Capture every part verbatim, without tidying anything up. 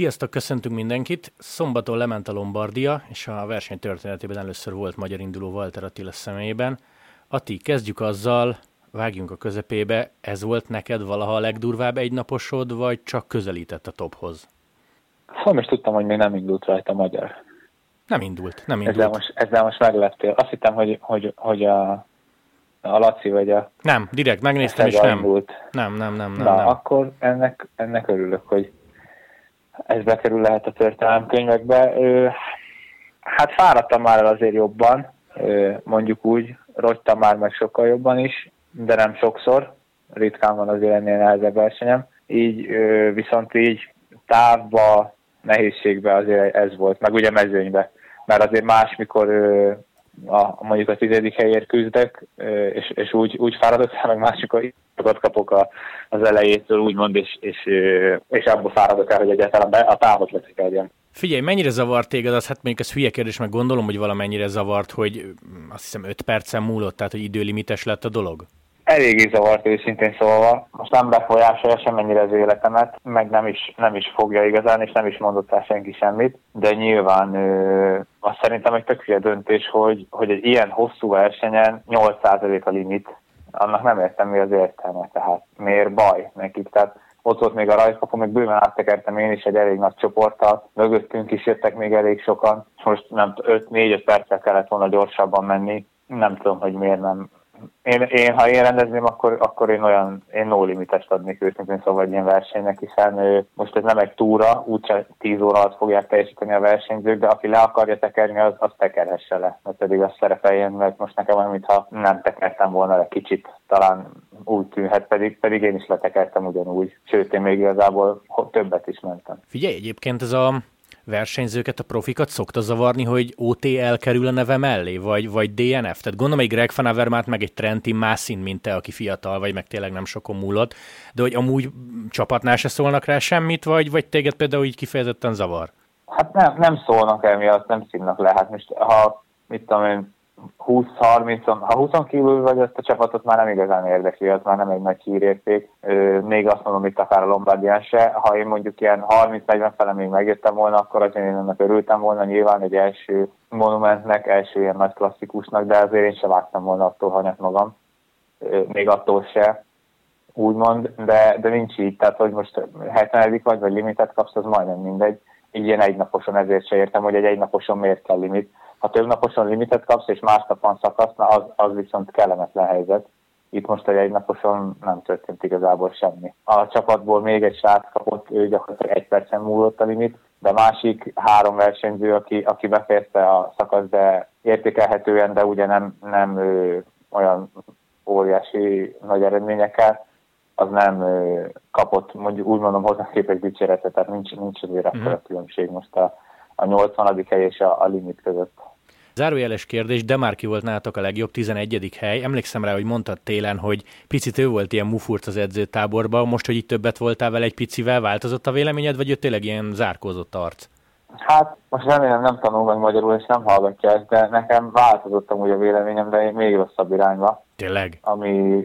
Sziasztok, köszöntünk mindenkit! Szombaton lement a Lombardia, és a verseny történetében először volt magyar induló Walter Attila személyében. Atti, kezdjük azzal, vágjunk a közepébe. Ez volt neked valaha a legdurvább egynaposod, vagy csak közelített a tophoz? Szóval most tudtam, hogy még nem indult rajta magyar. Nem indult, nem indult. Ezzel most, ezzel most megleptél. Azt hittem, hogy, hogy, hogy a, a Laci vagy a... Nem, direkt megnéztem, és nem. Indult. Nem, nem, nem, nem. Na, nem. akkor ennek, ennek örülök, hogy ez bekerül lehet a történelemkönyvekbe. Hát fáradtam már el azért jobban, mondjuk úgy, rogytam már meg sokkal jobban is, de nem sokszor, ritkán van azért ennél nehezebb versenyem. Így viszont így távba, nehézségbe azért ez volt, meg ugye mezőnybe, mert azért más, mikor a, mondjuk a tizedik helyért küzdök, és, és úgy, úgy fáradok el, meg más, mikor kapok a, az elejétől, úgymond, és, és, és abból fáradok el, hogy egyáltalán a távot letekerjem. Figyelj, mennyire zavart téged az, hát mondjuk ez hülye kérdés, meg gondolom, hogy valamennyire zavart, hogy azt hiszem öt percen múlott, tehát hogy időlimites lett a dolog? Eléggé zavart őszintén szólva. Most nem befolyásolja semennyire az életemet, meg nem is, nem is fogja igazán, és nem is mondott el senki semmit, de nyilván ö, azt szerintem egy tök hülye döntés, hogy, hogy egy ilyen hosszú versenyen nyolc százalék a limit, annak nem értem mi az értelme, tehát miért baj nekik, tehát ott volt még a rajzkapu, még bőven áttekertem én is egy elég nagy csoporttal, mögöttünk is jöttek még elég sokan, és most nem öt-négy-öt perccel kellett volna gyorsabban menni, nem tudom, hogy miért nem. Én, én ha én rendezném, akkor, akkor én olyan, én no limitest adnék őszintén szóval egy ilyen versenynek, hiszen ő, most ez nem egy túra, úgyse tíz óra alatt fogják teljesíteni a versenyzők, de aki le akarja tekerni, az, az tekerhesse le, mert pedig azt szerepeljen, mert most nekem olyan, mintha nem tekertem volna le kicsit, talán úgy tűnhet, pedig, pedig én is letekertem ugyanúgy, sőt én még igazából többet is mentem. Figyelj, egyébként ez a versenyzőket, a profikat szokta zavarni, hogy o té el kerül a neve mellé, vagy, vagy dé en ef? Tehát gondolom egy Greg Van Avermaet, meg egy Trentin Maasin, mint te, aki fiatal vagy, meg tényleg nem sokon múlott, de hogy amúgy csapatnál se szólnak rá semmit, vagy, vagy téged például így kifejezetten zavar? Hát nem, nem szólnak emiatt, nem színnak le. Hát most, ha mit tudom én, húsz-harminc, ha húszon kívül vagy, azt a csapatot már nem igazán érdekli, az már nem egy nagy hírérték. Még azt mondom, itt akár a Lombardián se. Ha én mondjuk ilyen harminc-negyven fele még megjöttem volna, akkor azért én ennek örültem volna, nyilván egy első monumentnek, első ilyen nagy klasszikusnak, de azért én sem vágtam volna attól hanyat magam. Még attól se, úgymond, de, de nincs így. Tehát, hogy most hetvenedik vagy, vagy limitet kapsz, az majdnem mindegy. Így ilyen egynaposon, ezért se értem, hogy egy egynaposon miért kell limit. Ha több naposon limitet kapsz, és másnap van szakasz, az, az viszont kellemetlen helyzet. Itt most egy egynaposon nem történt igazából semmi. A csapatból még egy srác kapott, ő gyakorlatilag egy percen múlott a limit, de a másik három versenyző, aki, aki befejezte a szakasz, de értékelhetően, de ugye nem, nem ő, olyan óriási nagy eredményekkel, az nem ö, kapott, mondjuk úgy mondom, hozzá képest dicséretet, tehát nincs, nincs azért akkora uh-huh. különbség most a, a nyolcvanadik hely és a, a limit között. Zárójeles kérdés, Demarki volt nálatok a legjobb, tizenegyedik hely. Emlékszem rá, hogy mondtad télen, hogy picit ő volt ilyen mufurc az edzőtáborban, most, hogy itt többet voltál vele egy picivel, változott a véleményed, vagy ő tényleg ilyen zárkózott arc? Hát most remélem nem tanul meg magyarul, és nem hallgatja ezt, de nekem változott amúgy a véleményem, de még rosszabb irányba. Tényleg? Ami...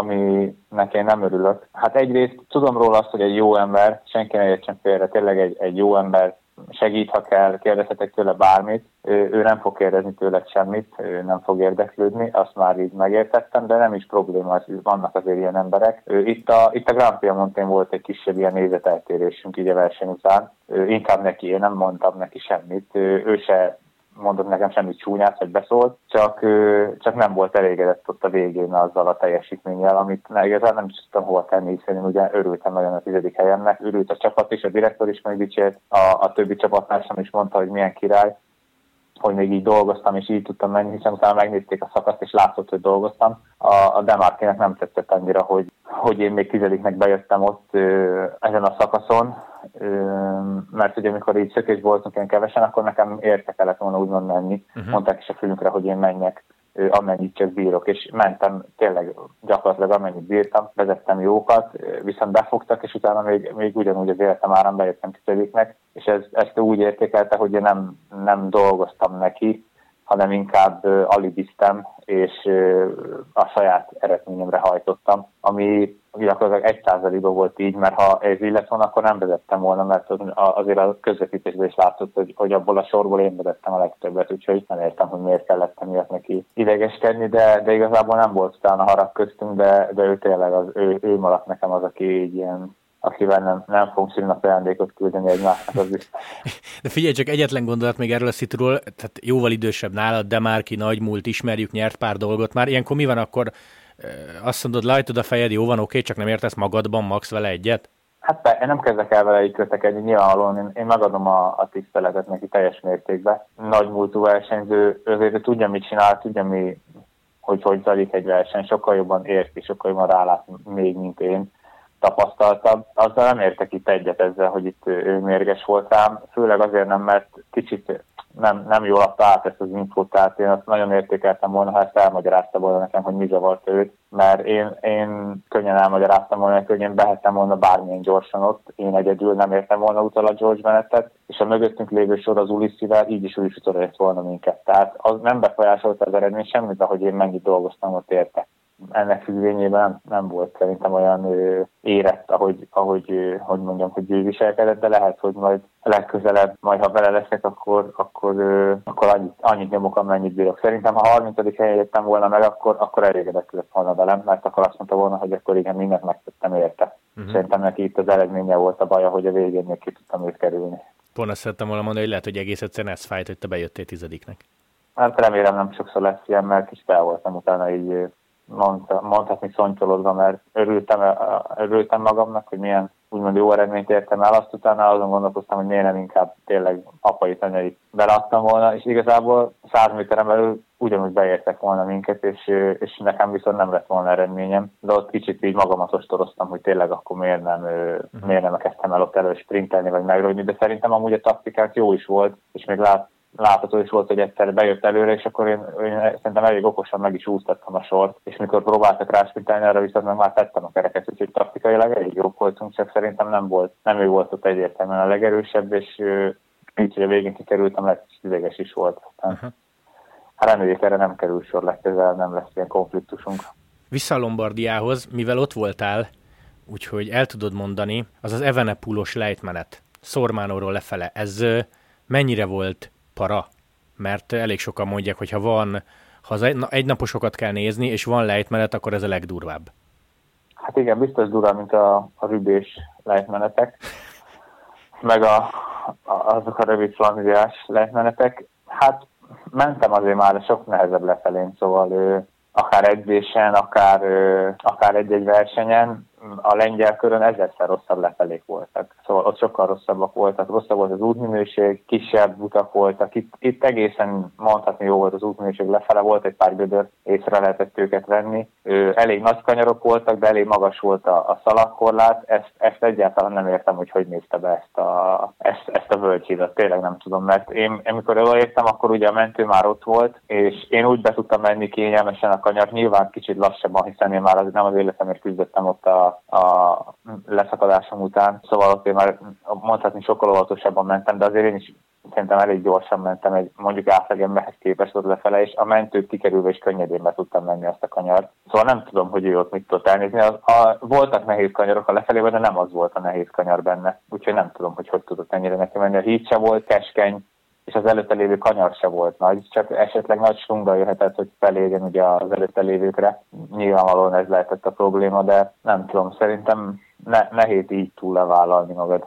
aminek én nem örülök. Hát egyrészt tudom róla azt, hogy egy jó ember, senki ne értsen félre, tényleg egy, egy jó ember, segít, ha kell, kérdezhetek tőle bármit, ő, ő nem fog kérdezni tőle semmit, ő nem fog érdeklődni, azt már így megértettem, de nem is probléma, vannak azért ilyen emberek. Itt a, itt a Grand Piemontén volt egy kisebb ilyen nézeteltérésünk így a verseny után, inkább neki, én nem mondtam neki semmit, ő se mondott nekem semmit csúnyát, hogy beszólt, csak, csak nem volt elégedett ott a végén azzal a teljesítménnyel, amit igazán nem is tudtam hova tenni, hiszen én ugye örültem nagyon a tizedik helyemnek, örült a csapat is, a direktor is megdicsért, a, a többi csapattársam is mondta, hogy milyen király, hogy még így dolgoztam, és így tudtam menni, hiszen utána megnézték a szakaszt, és látszott, hogy dolgoztam. A, a Demarkinek nem tetszett annyira, hogy, hogy én még tizediknek bejöttem ott ö, ezen a szakaszon, ö, mert ugye amikor így szökés voltunk ilyen kevesen, akkor nekem érte kellett volna úgymond menni. Uh-huh. Mondták is a fülünkre, hogy én menjek, ö, amennyit csak bírok, és mentem tényleg gyakorlatilag amennyit bírtam, vezettem jókat, viszont befogtak, és utána még, még ugyanúgy az életem árán bejöttem tizediknek, és ez, ezt úgy értékelte, hogy én nem, nem dolgoztam neki, hanem inkább alibiztem, és a saját eredményemre hajtottam, ami gyakorlatilag egy százalékban volt így, mert ha ez így lett volna, akkor nem vezettem volna, mert azért a közvetítésben is látszott, hogy, hogy abból a sorból én vezettem a legtöbbet, úgyhogy nem értem, hogy miért kellett emiatt neki idegeskedni, de, de igazából nem volt utána harag köztünk, de, de ő tényleg az, ő, ő maradt nekem az, aki így ilyen, akivel nem, nem fogunk szülnap ajándékot küldeni egymásnak, az biztos. De figyelj, csak egyetlen gondolat még erről a szituról, tehát jóval idősebb nálad, de Márki nagy múlt, ismerjük, nyert pár dolgot már. Ilyenkor mi van akkor? Azt mondod, lajtod a fejed, jó van, oké, csak nem értesz magadban max vele egyet? Hát én nem kezdek el vele így kötekedni, nyilvánvalóan én, én megadom a, a tiszteletet neki teljes mértékben. Nagy múltú versenyző, azért tudja, mit csinál, tudja, mi, hogy hogy zajlik egy verseny, sokkal jobban érti, sokkal jobban rálát még, mint én, tapasztaltabb. Azzal nem értek itt egyet ezzel, hogy itt ő mérges volt rám, főleg azért nem, mert kicsit nem, nem jól adta át ezt az infót, tehát én azt nagyon értékeltem volna, ha ezt elmagyarázta volna nekem, hogy mi zavart őt, mert én, én könnyen elmagyaráztam volna, hogy én behettem volna bármilyen gyorsan ott, én egyedül nem értem volna utal a George Bennettet, és a mögöttünk lévő sor az Uliszivel így is úgy is utolért volna minket. Tehát az nem befolyásolta az eredmény semmit, ahogy én mennyit dolgoztam ott érte. Ennek függvényében nem, nem volt szerintem olyan ö, érett, ahogy, ahogy ö, hogy mondjam, hogy ő viselkedett, de lehet, hogy majd legközelebb, majd ha vele leszek, akkor, akkor, ö, akkor annyit, annyit nyomok, amennyit bírok. Szerintem, ha harmincadik helyen jöttem volna meg, akkor, akkor elégedett lett volna velem, mert akkor azt mondta volna, hogy akkor igen, mindent megtettem érte. Uh-huh. Szerintem neki itt az eredménye volt a baja, hogy a végén még ki tudtam őt kerülni. Pont azt szerettem volna mondani, hogy lehet, hogy egész egyszerűen ez fájt, hogy te bejöttél tizediknek. Hát remélem nem sokszor lesz ilyen, mert kis fel voltam utána így mondhatni szontyolodva, mert örültem, örültem magamnak, hogy milyen úgymond jó eredményt értem el, azt utána azon gondolkoztam, hogy miért nem inkább tényleg apai tanyait beleadtam volna, és igazából száz méteren belül ugyanúgy beértek volna minket, és, és nekem viszont nem lett volna eredményem, de ott kicsit így magamat ostoroztam, hogy tényleg akkor miért nem, uh-huh. miért nem kezdtem el ott elő sprintelni, vagy megrögni, de szerintem amúgy a taktikák jó is volt, és még lát, látható is volt, hogy egyszer bejött előre, és akkor én, én szerintem elég okosan meg is úsztattam a sort, és mikor próbáltak ráspintelni, arra viszont meg már tettem a kereket, úgyhogy taktikailag elég jók voltunk, csak szerintem nem volt, nem ő volt ott egyértelműen a legerősebb, és így, hogy a végén kikerültem, lett is ideges is volt. Uh-huh. Hát reméljük, erre nem kerül sor, legközelebb nem lesz ilyen konfliktusunk. Vissza a Lombardiához, mivel ott voltál, úgyhogy el tudod mondani, az az Evenepoel-os lejtmenet, Sormánóról lefele, ez mennyire volt para? Mert elég sokan mondják, hogy ha van, ha az egynaposokat kell nézni, és van lejtmenet, akkor ez a legdurvább. Hát igen, biztos durvább, mint a, a rübés lejtmenetek, meg a, a, azok a rövid flanziás lejtmenetek. Hát mentem azért már sok nehezebb lefelén, szóval ő, akár edzésen, akár, ő, akár egy-egy versenyen, a lengyel körön ezerszer rosszabb lefelék voltak. Szóval ott sokkal rosszabbak voltak, rosszabb volt az útminőség, kisebb utak voltak. Itt, itt egészen mondhatni jó volt az útminőség lefele, volt egy pár gödör, észre lehetett őket venni. Ő, elég nagy kanyarok voltak, de elég magas volt a, a szalagkorlát. Ezt, ezt egyáltalán nem értem, hogy hogy nézte be ezt a, ezt, ezt a völgyhidat. Tényleg nem tudom, mert én amikor odaértem, akkor ugye a mentő már ott volt, és én úgy be tudtam menni kényelmesen a kanyart, nyilván kicsit lassabban, hiszen én már az, nem az életemért küzdöttem ott a a leszakadásom után, szóval ott én már mondhatni sokkal óvatosabban mentem, de azért én is szerintem elég gyorsan mentem, egy mondjuk átlagemberhez képest ott lefele, és a mentőt kikerülve is könnyedén be tudtam menni azt a kanyart. Szóval nem tudom, hogy ő ott mit tudott elnézni. A, a, voltak nehéz kanyarok a lefelében, de nem az volt a nehéz kanyar benne, úgyhogy nem tudom, hogy hogy tudott ennyire neki menni. A híd se volt keskeny, és az előtte lévő kanyar se volt nagy, csak esetleg nagy slunga jöhetett, hogy felérjen ugye az előtte lévőkre. Nyilvánvalóan ez lehetett a probléma, de nem tudom, szerintem ne, nehéz így túl levállalni magad.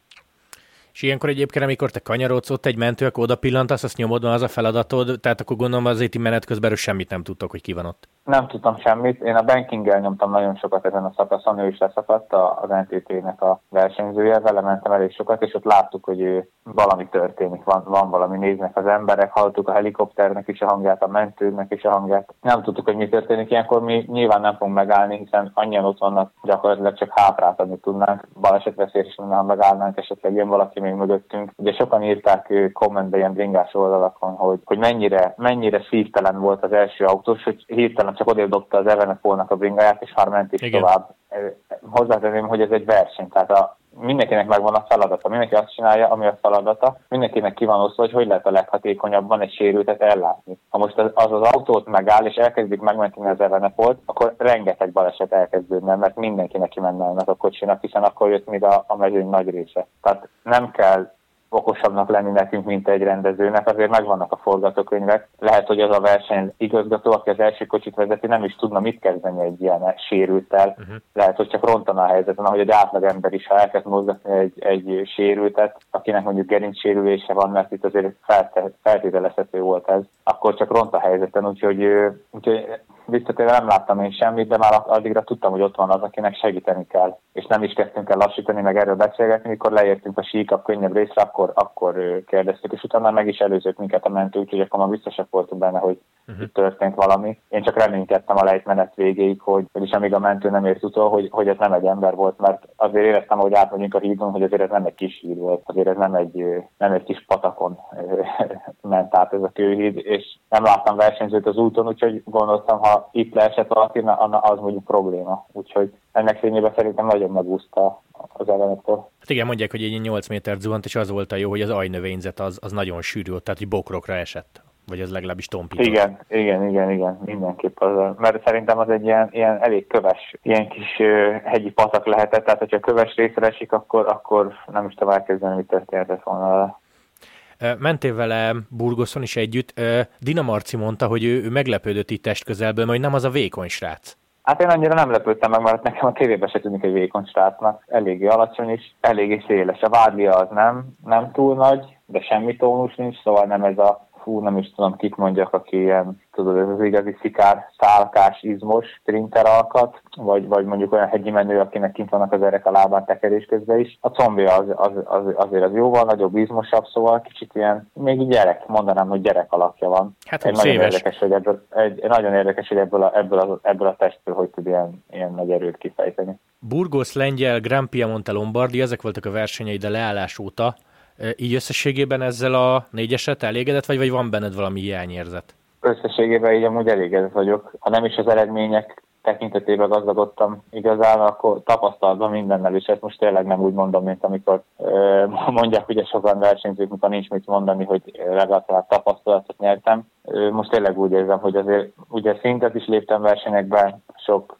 És ilyenkor egyébként, amikor te kanyarodsz, ott egy mentő, akkor oda pillantasz, azt nyomod, van az a feladatod, tehát akkor gondolom azért ti menet közben semmit nem tudtok, hogy ki van ott. Nem tudtam semmit. Én a Bankinggel nyomtam nagyon sokat ezen a szakaszon, ő is leszakadt, az en té té-nek a versenyzője, vele mentem elég sokat, és ott láttuk, hogy ő valami történik, van, van valami, néznek az emberek, hallottuk a helikopternek is a hangját, a mentőnek is a hangját. Nem tudtuk, hogy mi történik, ilyenkor mi nyilván nem fogunk megállni, hiszen annyian ott vannak, gyakorlatilag csak hátráltatni tudnánk, balesetveszélyes is ha megállnánk, esetleg jön valaki még mögöttünk. Ugye sokan írták kommentbe ilyen bringás oldalakon, hogy, hogy mennyire, mennyire szívtelen volt az első autós, hogy hirtelen csak odébb dobta az Evenepoelnak a bringáját, és már ment is igen. Tovább. Hozzátenném, hogy ez egy verseny, tehát a, mindenkinek megvan a feladata, mindenki azt csinálja, ami a feladata, mindenkinek ki van osztva, hogy hogy lehet a leghatékonyabban egy sérültet ellátni. Ha most az az, az autót megáll, és elkezdik megmenteni az elleneport, akkor rengeteg baleset elkezdődne, mert mindenkinek kimenne a kocsinak, hiszen akkor jött még a, a mezőny nagy része. Tehát nem kell okosabbnak lenni nekünk, mint egy rendezőnek, azért megvannak a forgatókönyvek. Lehet, hogy az a verseny igazgató, aki az első kocsit vezeti, nem is tudna mit kezdeni egy ilyen sérülttel. Uh-huh. Lehet, hogy csak rontana a helyzeten, ahogy egy átlagember is, ha elkezd mozgatni egy, egy sérültet, akinek mondjuk gerincsérülése van, mert itt azért feltételezhető volt ez, akkor csak ront a helyzeten, úgyhogy, úgyhogy visszatérve nem láttam én semmit, de már addigra tudtam, hogy ott van az, akinek segíteni kell. És nem is kezdtünk el lassítani, meg erről beszélgetni, mikor leértünk a síkabb, könnyebb részre, akkor, akkor kérdeztük, és utána meg is előzött minket a mentő, úgyhogy akkor már biztosak voltunk benne, hogy uh-huh. itt történt valami. Én csak reménykedtem a lejtmenet végéig, hogy, vagyis amíg a mentő nem ért utol, hogy, hogy ez nem egy ember volt, mert azért éreztem, hogy átmegyünk a hídon, hogy azért ez nem egy kis híd volt, azért ez nem egy, nem egy kis patakon ment át ez a kőhíd, és nem láttam versenyzőt az úton, úgyhogy gondoltam, ha itt leesett valaki, az mondjuk probléma. Úgyhogy ennek fényében szerintem nagyon megúszta az ellenettől. Hát igen, mondják, hogy egy nyolc métert zuhant, és az volt a jó, hogy az ajnövényzet az, az nagyon sűrű, tehát hogy bokrokra esett. Vagy az legalábbis tompított. Igen, igen, igen, igen, mindenképp az. Mert szerintem az egy ilyen, ilyen elég köves, ilyen kis uh, hegyi patak lehetett, tehát hogyha köves részre esik, akkor, akkor nem is tudom elkezdeni, mit történhetett volna vele. Mentél vele Burgoszon is együtt. Dina Marci mondta, hogy ő, ő meglepődött itt testközelből, mert nem az a vékony srác. Hát én annyira nem lepődtem meg, mert nekem a tévében se tűnik egy vékony srácnak. Eléggé alacsony is, eléggé széles. A vádlia az nem, nem túl nagy, de semmi tónus nincs, szóval nem ez a fú, nem is tudom, kit mondjak, aki ilyen, tudod, ez az igazi szikár, szálkás, izmos sprinter alkat, vagy, vagy mondjuk olyan hegyi menő, akinek kint vannak az erek a lábán tekerés közben is. A combja az, az, az, azért az jóval nagyobb, izmosabb, szóval kicsit ilyen, még gyerek, mondanám, hogy gyerek alakja van. Hát egy nagyon érdekes, hogy ebből, egy, nagyon érdekes, hogy ebből a, ebből a, ebből a testből hogy tud ilyen, ilyen nagy erőt kifejteni. Burgos, Lengyel, Gran Piemonte, Lombardi, ezek voltak a versenyei, de leállás óta. Így összességében ezzel a négyeset elégedett vagy, vagy van benned valami hiányérzet? Összességében így amúgy elégedett vagyok. Ha nem is az eredmények tekintetében gazdagodtam igazán, akkor tapasztalatban mindennel is. Ezt most tényleg nem úgy mondom, mint amikor ö, mondják ugye sokan versenyzők, mikor nincs mit mondani, hogy legalább tapasztalatot nyertem. Ö, most tényleg úgy érzem, hogy azért ugye szintet is léptem versenyekben, sok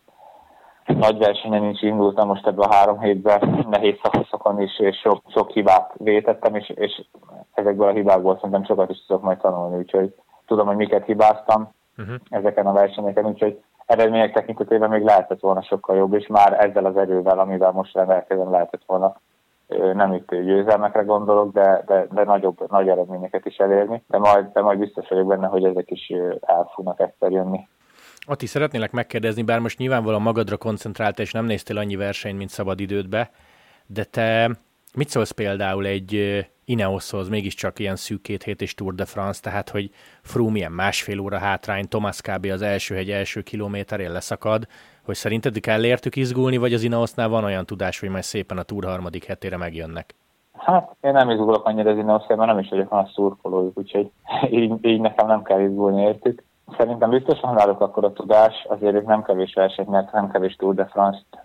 nagy versenyen is indultam most ebben a három hétben, nehéz szakaszokon is, és sok, sok hibát vétettem, és, és ezekből a hibákból szerintem sokat is tudok majd tanulni, úgyhogy tudom, hogy miket hibáztam uh-huh. ezeken a versenyeken, úgyhogy eredmények tekintetében még lehetett volna sokkal jobb, és már ezzel az erővel, amivel most rendelkezem, lehetett volna nem itt győzelmekre gondolok, de, de, de nagyobb, nagy eredményeket is elérni, de majd, de majd biztos vagyok benne, hogy ezek is el fognak egyszer jönni. Atti, szeretnélek megkérdezni, bár most nyilvánvalóan magadra koncentráltál, és nem néztél annyi versenyt, mint szabad idődbe, de te mit szólsz például egy Ineoshoz, mégiscsak ilyen szűk két hét és Tour de France, tehát hogy Froome ilyen másfél óra hátrány, Thomas kb. Az első hegy első kilométerén leszakad, hogy szerinted kell értük izgulni, vagy az Ineosnál van olyan tudás, hogy majd szépen a Tour harmadik hetére megjönnek? Hát én nem izgulok annyira az Ineoszért, mert nem is vagyok olyan szurkolójuk, úgyhogy így, így nekem nem kell izgulni értük. Szerintem biztosan náluk akkor a tudás, azért ők nem kevés versenyt, mert nem kevés Tour de France-t,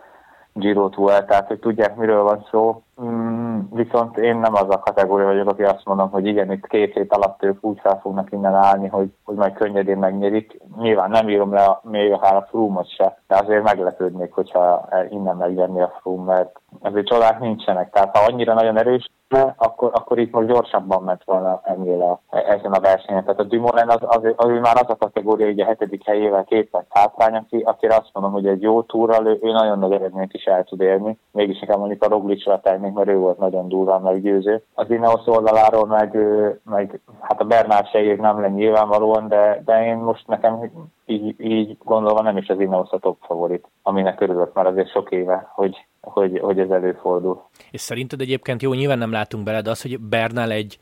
Giro-t volt, tehát hogy tudják, miről van szó. Mm, viszont én nem az a kategória vagyok, aki azt mondom, hogy igen, itt két hét alatt ők úgy fel fognak innen állni, hogy, hogy majd könnyedén megnyerik. Nyilván nem írom le a, még akár a Froome-ot se, de azért meglepődnék, hogyha innen megnyerni a Froome, mert azért csodák nincsenek. Tehát ha annyira nagyon erős, akkor, akkor itt most gyorsabban ment volna ennél a, ezen a versenyen. Tehát a Dumoulin az, az, az, az már az a kategória, ugye a hetedik helyével két perc hátrány, aki, akire azt mondom, hogy egy jó túrral ő, ő nagyon nagy eredményt is el tud érni. Mégis nekem mondjuk a Roglicsra tennék, mert ő volt nagyon durván meggyőző. Az Ineos oldaláról meg, meg hát a Bernal se ér nem le nyilvánvalóan, de, de én most nekem így, így gondolva nem is az Ineos a top favorit, aminek örülök már azért sok éve, hogy Hogy, hogy ez előfordul. És szerinted egyébként jó, nyilván nem látunk bele, de az, hogy Bernal egy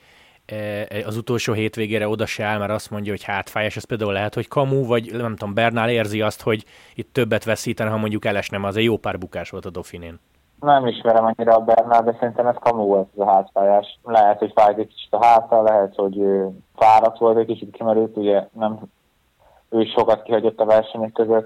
az utolsó hétvégére oda se áll, mert azt mondja, hogy hátfájás, ez például lehet, hogy kamu, vagy nem tudom, Bernal érzi azt, hogy itt többet veszítene, ha mondjuk elesne, az egy jó pár bukás volt a Dauphinén. Nem ismerem annyira a Bernal, de szerintem ez kamu volt ez a hátfájás. Lehet, hogy fájt egy kicsit a háta, lehet, hogy fáradt volt, egy kicsit kimerült, ugye nem, ő is sokat kihagyott a versenyek között,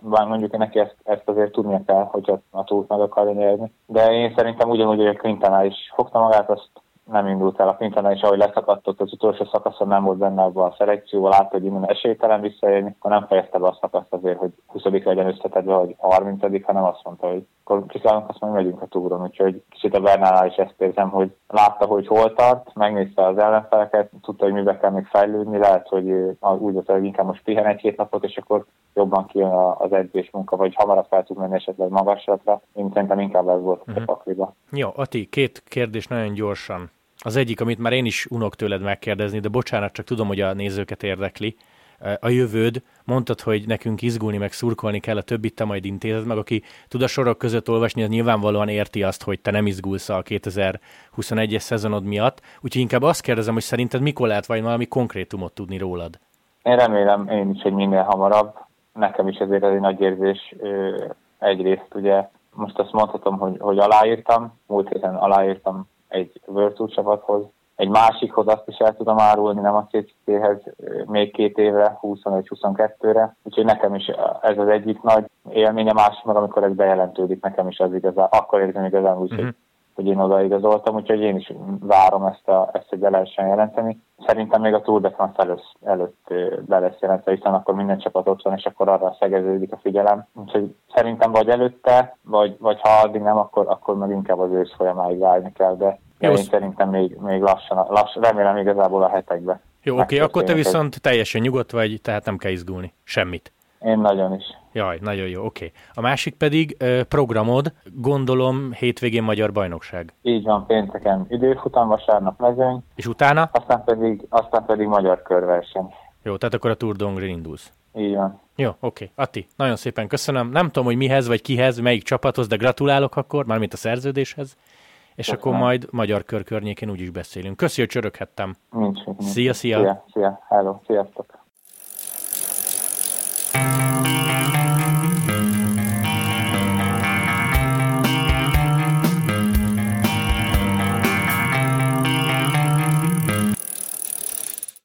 bár mondjuk neki ezt, ezt azért tudnia kell, hogyha a túlt meg akarja nyerni. De én szerintem ugyanúgy, hogy a Quintana is fogta magát, azt nem indult el. A Quintana is, ahogy leszakadt, ott az utolsó szakaszon nem volt benne abban a szelekcióval, látta, hogy innen esélytelen visszaérni, akkor nem fejezte be a szakaszt azért, hogy huszadik legyen összetedve, vagy harmincadik, hanem azt mondta, hogy akkor kiszállunk, azt mondja, megyünk a túron. Úgyhogy kicsit a Bernálnál is ezt érzem, hogy látta, hogy hol tart, megnézte az ellenfeleket, tudta, hogy mibe kell még fejlődni, lehet, hogy úgy volt, hogy inkább most pihen egy-két napot, és akkor jobban kijön az edzés munka, vagy hamarabb fel tud menni esetleg magaslatra. Én szerintem inkább ez volt uh-huh. a pakliba. Jó, Ati, két kérdés nagyon gyorsan. Az egyik, amit már én is unok tőled megkérdezni, de bocsánat, csak tudom, hogy a nézőket érdekli. A jövőd, mondtad, hogy nekünk izgulni, meg szurkolni kell, a többit te majd intézed meg, aki tud a sorok között olvasni, az nyilvánvalóan érti azt, hogy te nem izgulsz a kétezer-huszonegyes szezonod miatt. Úgyhogy inkább azt kérdezem, hogy szerinted mikor lehet vagy valami konkrétumot tudni rólad? Én remélem én is, hogy minél hamarabb. Nekem is ezért ez egy nagy érzés. Egyrészt ugye most azt mondhatom, hogy, hogy aláírtam, múlt héten aláírtam egy World Tour csapathoz. Egy másikhoz azt is el tudom árulni, nem a cé cé cé-hez még két évre, huszonegy-huszonkettőre. Úgyhogy nekem is ez az egyik nagy élmény, a másik meg, amikor ez bejelentődik, nekem is az igazán, akkor érzem igazán úgy, uh-huh. hogy, hogy én odaigazoltam, úgyhogy én is várom ezt, a, ezt hogy be lehessen jelenteni. Szerintem még a Tour de France előtt, előtt be lesz jelentve, hiszen akkor minden csapat ott van, és akkor arra szegeződik a figyelem. Úgyhogy szerintem vagy előtte, vagy, vagy ha addig nem, akkor, akkor meg inkább az ősz folyamáig várni kell, de Jó, én szerintem még, még lassan, lassan, remélem igazából a hetekben. Jó, oké, okay, akkor te viszont teljesen nyugodt vagy, tehát nem kell izgulni. Semmit. Én nagyon is. Jaj, nagyon jó, oké. Okay. A másik pedig programod, gondolom hétvégén magyar bajnokság. Így van, pénteken időfutam, vasárnap mezőny. És utána? Aztán pedig, aztán pedig magyar körverseny. Jó, tehát akkor a Tour d'Hongrie indulsz. Így van. Jó, oké. Okay. Ati, nagyon szépen köszönöm. Nem tudom, hogy mihez vagy kihez, melyik csapathoz, de gratulálok akkor, mármint a szerződéshez. És köszönöm. Akkor majd magyar kör környékén úgyis beszélünk. Köszi, hogy csöröghettem. Nincs. nincs. Szia, szia. Szia, szia. Hello, sziasztok.